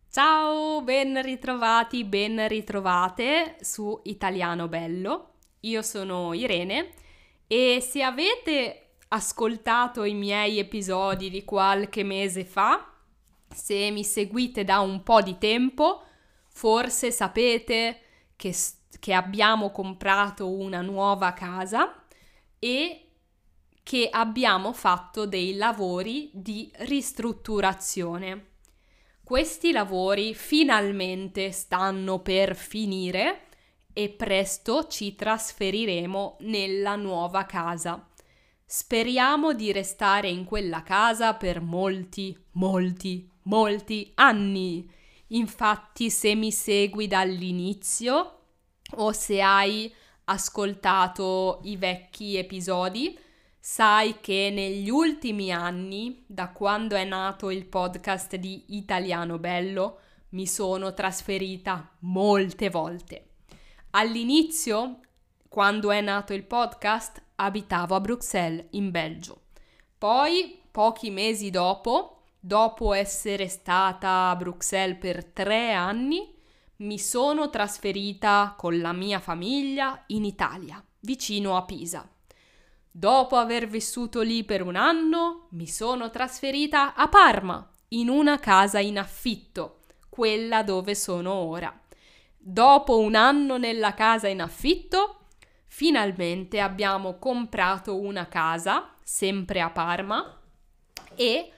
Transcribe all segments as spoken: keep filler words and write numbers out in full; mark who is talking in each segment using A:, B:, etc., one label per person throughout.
A: Ciao, ben ritrovati, ben ritrovate su Italiano Bello. Io sono Irene e se avete ascoltato i miei episodi di qualche mese fa, se mi seguite da un po' di tempo, forse sapete che, s- che abbiamo comprato una nuova casa e che abbiamo fatto dei lavori di ristrutturazione. Questi lavori finalmente stanno per finire e presto ci trasferiremo nella nuova casa. Speriamo di restare in quella casa per molti, molti, molti anni. Infatti, se mi segui dall'inizio o se hai ascoltato i vecchi episodi, sai che negli ultimi anni, da quando è nato il podcast di Italiano Bello, mi sono trasferita molte volte. All'inizio, quando è nato il podcast, abitavo a Bruxelles, in Belgio. Poi, pochi mesi dopo, dopo essere stata a Bruxelles per tre anni, mi sono trasferita con la mia famiglia in Italia, vicino a Pisa. Dopo aver vissuto lì per un anno, mi sono trasferita a Parma, in una casa in affitto, quella dove sono ora. Dopo un anno nella casa in affitto, finalmente abbiamo comprato una casa, sempre a Parma, e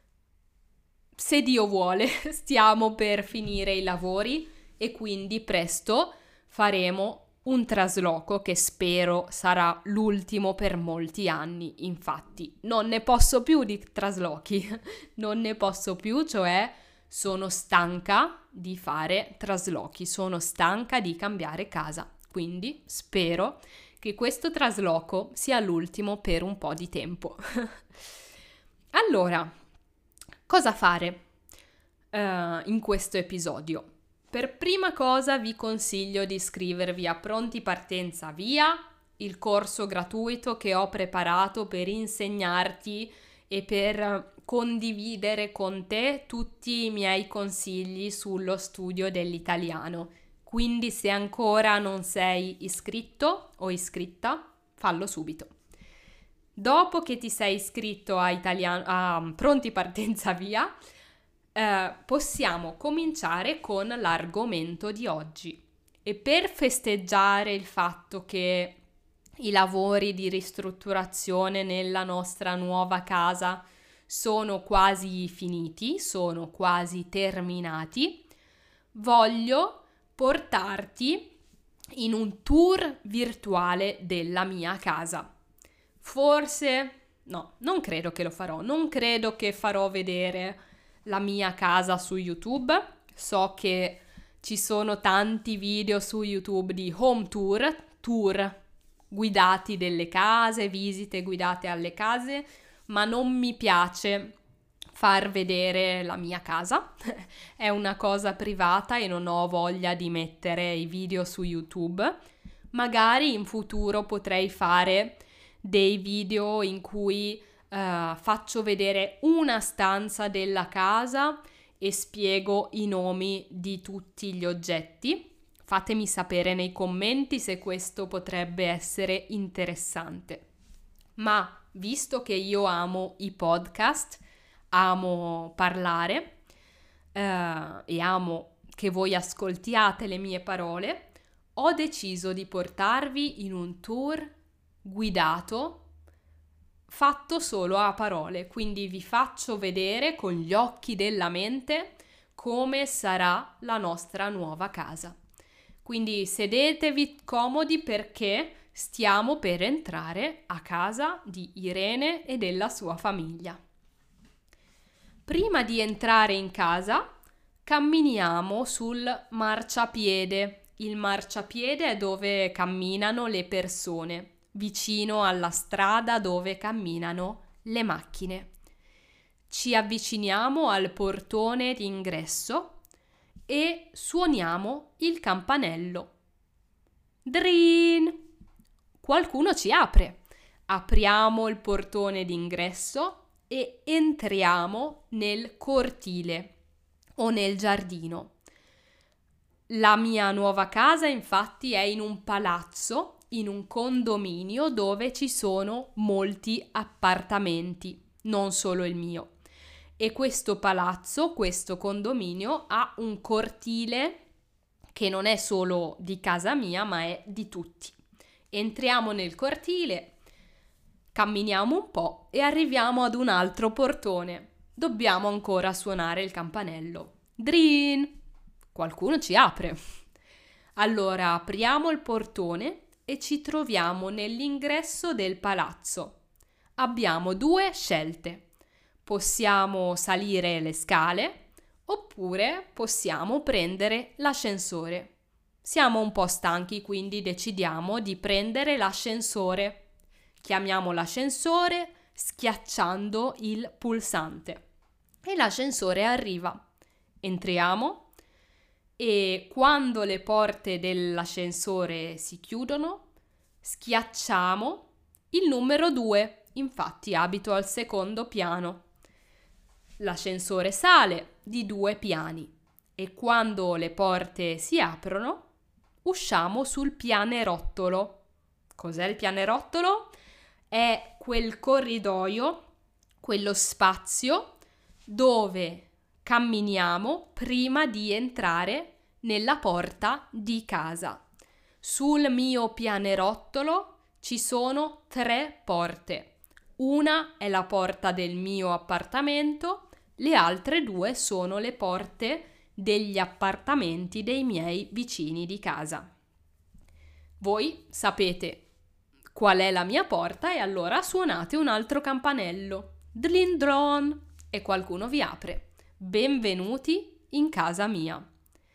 A: se Dio vuole stiamo per finire i lavori e quindi presto faremo un trasloco che spero sarà l'ultimo per molti anni. Infatti, non ne posso più di traslochi, non ne posso più, cioè sono stanca di fare traslochi, sono stanca di cambiare casa. Quindi spero che questo trasloco sia l'ultimo per un po' di tempo. Allora, cosa fare uh, in questo episodio? Per prima cosa vi consiglio di iscrivervi a Pronti Partenza Via, il corso gratuito che ho preparato per insegnarti e per condividere con te tutti i miei consigli sullo studio dell'italiano. Quindi se ancora non sei iscritto o iscritta, fallo subito. Dopo che ti sei iscritto a, Italiano, a Pronti Partenza Via, eh, possiamo cominciare con l'argomento di oggi. E per festeggiare il fatto che i lavori di ristrutturazione nella nostra nuova casa sono quasi finiti, sono quasi terminati, voglio portarti in un tour virtuale della mia casa. Forse, no, non credo che lo farò, non credo che farò vedere la mia casa su YouTube. So che ci sono tanti video su YouTube di home tour, tour guidati delle case, visite guidate alle case, ma non mi piace far vedere la mia casa. È una cosa privata e non ho voglia di mettere i video su YouTube. Magari in futuro potrei fare dei video in cui uh, faccio vedere una stanza della casa e spiego i nomi di tutti gli oggetti. Fatemi sapere nei commenti se questo potrebbe essere interessante. Ma visto che io amo i podcast, amo parlare uh, e amo che voi ascoltiate le mie parole, ho deciso di portarvi in un tour guidato fatto solo a parole, quindi vi faccio vedere con gli occhi della mente come sarà la nostra nuova casa. Quindi sedetevi comodi perché stiamo per entrare a casa di Irene e della sua famiglia. Prima di entrare in casa, camminiamo sul marciapiede. Il marciapiede è dove camminano le persone, vicino alla strada dove camminano le macchine. Ci avviciniamo al portone d'ingresso e suoniamo il campanello. Drin! Qualcuno ci apre. Apriamo il portone d'ingresso e entriamo nel cortile. o nel giardino. La mia nuova casa infatti è in un palazzo, in un condominio dove ci sono molti appartamenti, non solo il mio. E questo palazzo, questo condominio ha un cortile che non è solo di casa mia, ma è di tutti. Entriamo nel cortile, camminiamo un po' e arriviamo ad un altro portone. Dobbiamo ancora suonare il campanello. Drin! Qualcuno ci apre. Allora apriamo il portone e ci troviamo nell'ingresso del palazzo. Abbiamo due scelte. Possiamo salire le scale oppure possiamo prendere l'ascensore. Siamo un po' stanchi, quindi decidiamo di prendere l'ascensore. Chiamiamo l'ascensore schiacciando il pulsante e l'ascensore arriva. Entriamo e quando le porte dell'ascensore si chiudono, schiacciamo il numero due. Infatti abito al secondo piano. L'ascensore sale di due piani e quando le porte si aprono, usciamo sul pianerottolo. Cos'è il pianerottolo? È quel corridoio, quello spazio dove camminiamo prima di entrare nella porta di casa. Sul mio pianerottolo ci sono tre porte. Una è la porta del mio appartamento, le altre due sono le porte degli appartamenti dei miei vicini di casa. Voi sapete qual è la mia porta e allora suonate un altro campanello. Dlindron! E qualcuno vi apre. Benvenuti in casa mia.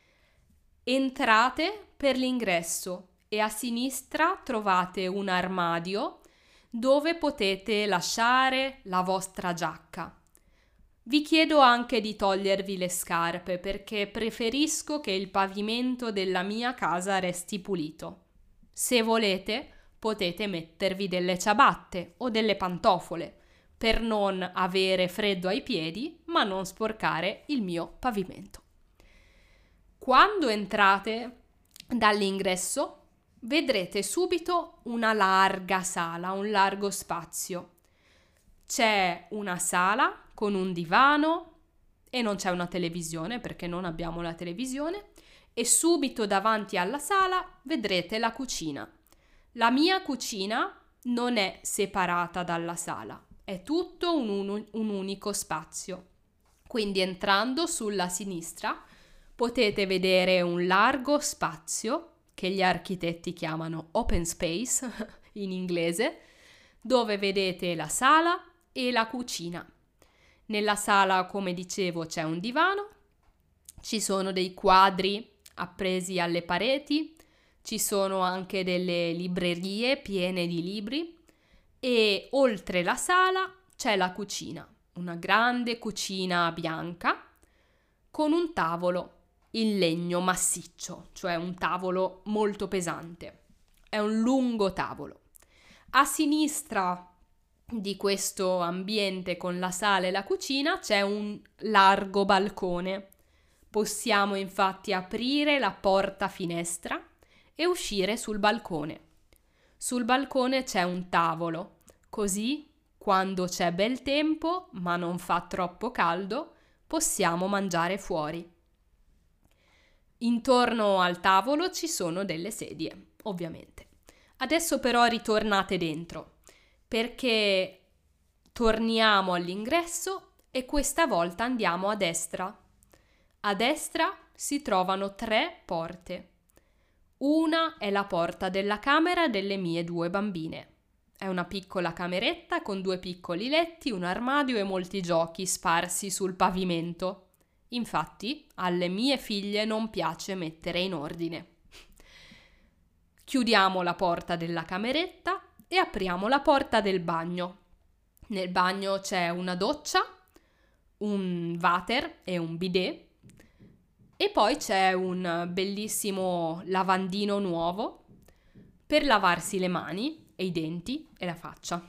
A: Entrate per l'ingresso e a sinistra trovate un armadio dove potete lasciare la vostra giacca. Vi chiedo anche di togliervi le scarpe perché preferisco che il pavimento della mia casa resti pulito. Se volete, potete mettervi delle ciabatte o delle pantofole per non avere freddo ai piedi, ma non sporcare il mio pavimento. Quando entrate dall'ingresso, vedrete subito una larga sala, un largo spazio. C'è una sala con un divano e non c'è una televisione perché non abbiamo la televisione e subito davanti alla sala vedrete la cucina. La mia cucina non è separata dalla sala, è tutto un, un, un unico spazio. Quindi entrando sulla sinistra potete vedere un largo spazio che gli architetti chiamano open space in inglese, dove vedete la sala e la cucina. Nella sala, come dicevo, c'è un divano, ci sono dei quadri appesi alle pareti, ci sono anche delle librerie piene di libri e oltre la sala c'è la cucina, una grande cucina bianca con un tavolo in legno massiccio, cioè un tavolo molto pesante. È un lungo tavolo. A sinistra di questo ambiente con la sala e la cucina c'è un largo balcone. Possiamo infatti aprire la porta finestra e uscire sul balcone. Sul balcone c'è un tavolo, così quando c'è bel tempo, ma non fa troppo caldo, possiamo mangiare fuori. Intorno al tavolo ci sono delle sedie, ovviamente. Adesso però ritornate dentro, perché torniamo all'ingresso e questa volta andiamo a destra. A destra si trovano tre porte. Una è la porta della camera delle mie due bambine. È una piccola cameretta con due piccoli letti, un armadio e molti giochi sparsi sul pavimento. Infatti, alle mie figlie non piace mettere in ordine. Chiudiamo la porta della cameretta e apriamo la porta del bagno. Nel bagno c'è una doccia, un water e un bidet e poi c'è un bellissimo lavandino nuovo per lavarsi le mani e i denti e la faccia.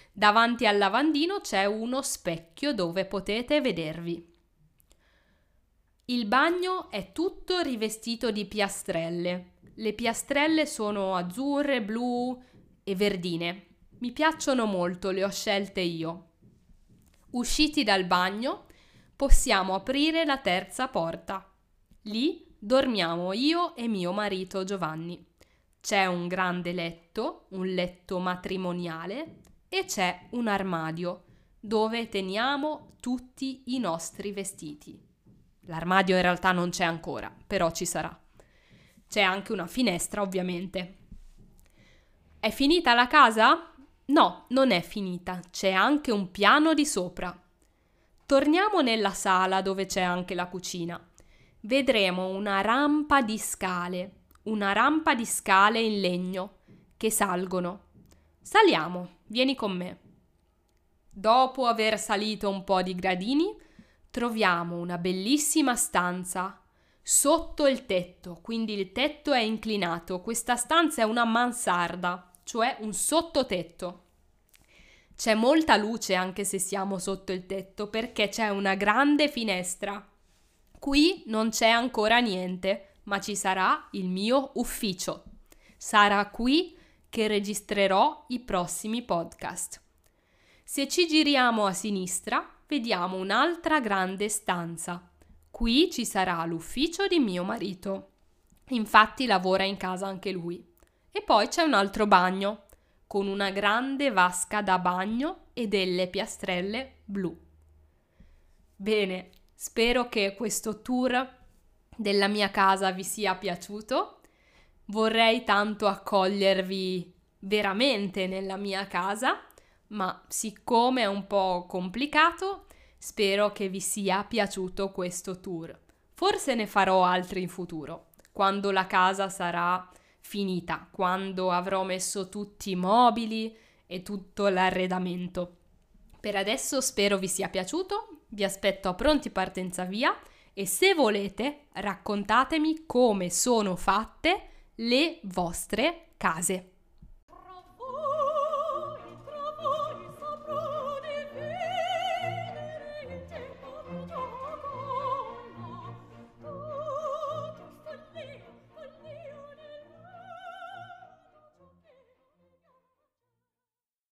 A: Davanti al lavandino c'è uno specchio dove potete vedervi. Il bagno è tutto rivestito di piastrelle. Le piastrelle sono azzurre, blu e verdine. Mi piacciono molto, le ho scelte io. Usciti dal bagno, possiamo aprire la terza porta. Lì dormiamo io e mio marito Giovanni. C'è un grande letto, un letto matrimoniale, e c'è un armadio dove teniamo tutti i nostri vestiti. L'armadio in realtà non c'è ancora, però ci sarà. C'è anche una finestra, ovviamente. È finita la casa? No, non è finita. C'è anche un piano di sopra. Torniamo nella sala dove c'è anche la cucina. Vedremo una rampa di scale, una rampa di scale in legno che salgono. Saliamo, vieni con me. Dopo aver salito un po' di gradini, troviamo una bellissima stanza sotto il tetto, quindi il tetto è inclinato. Questa stanza è una mansarda, cioè un sottotetto. C'è molta luce anche se siamo sotto il tetto perché c'è una grande finestra. Qui non c'è ancora niente, ma ci sarà il mio ufficio. Sarà qui che registrerò i prossimi podcast. Se ci giriamo a sinistra, vediamo un'altra grande stanza. Qui ci sarà l'ufficio di mio marito. Infatti lavora in casa anche lui. E poi c'è un altro bagno, con una grande vasca da bagno e delle piastrelle blu. Bene, spero che questo tour della mia casa vi sia piaciuto. Vorrei tanto accogliervi veramente nella mia casa, ma siccome è un po' complicato, spero che vi sia piaciuto questo tour. Forse ne farò altri in futuro, quando la casa sarà finita, quando avrò messo tutti i mobili e tutto l'arredamento. Per adesso spero vi sia piaciuto, vi aspetto a Pronti Partenza Via e se volete raccontatemi come sono fatte le vostre case.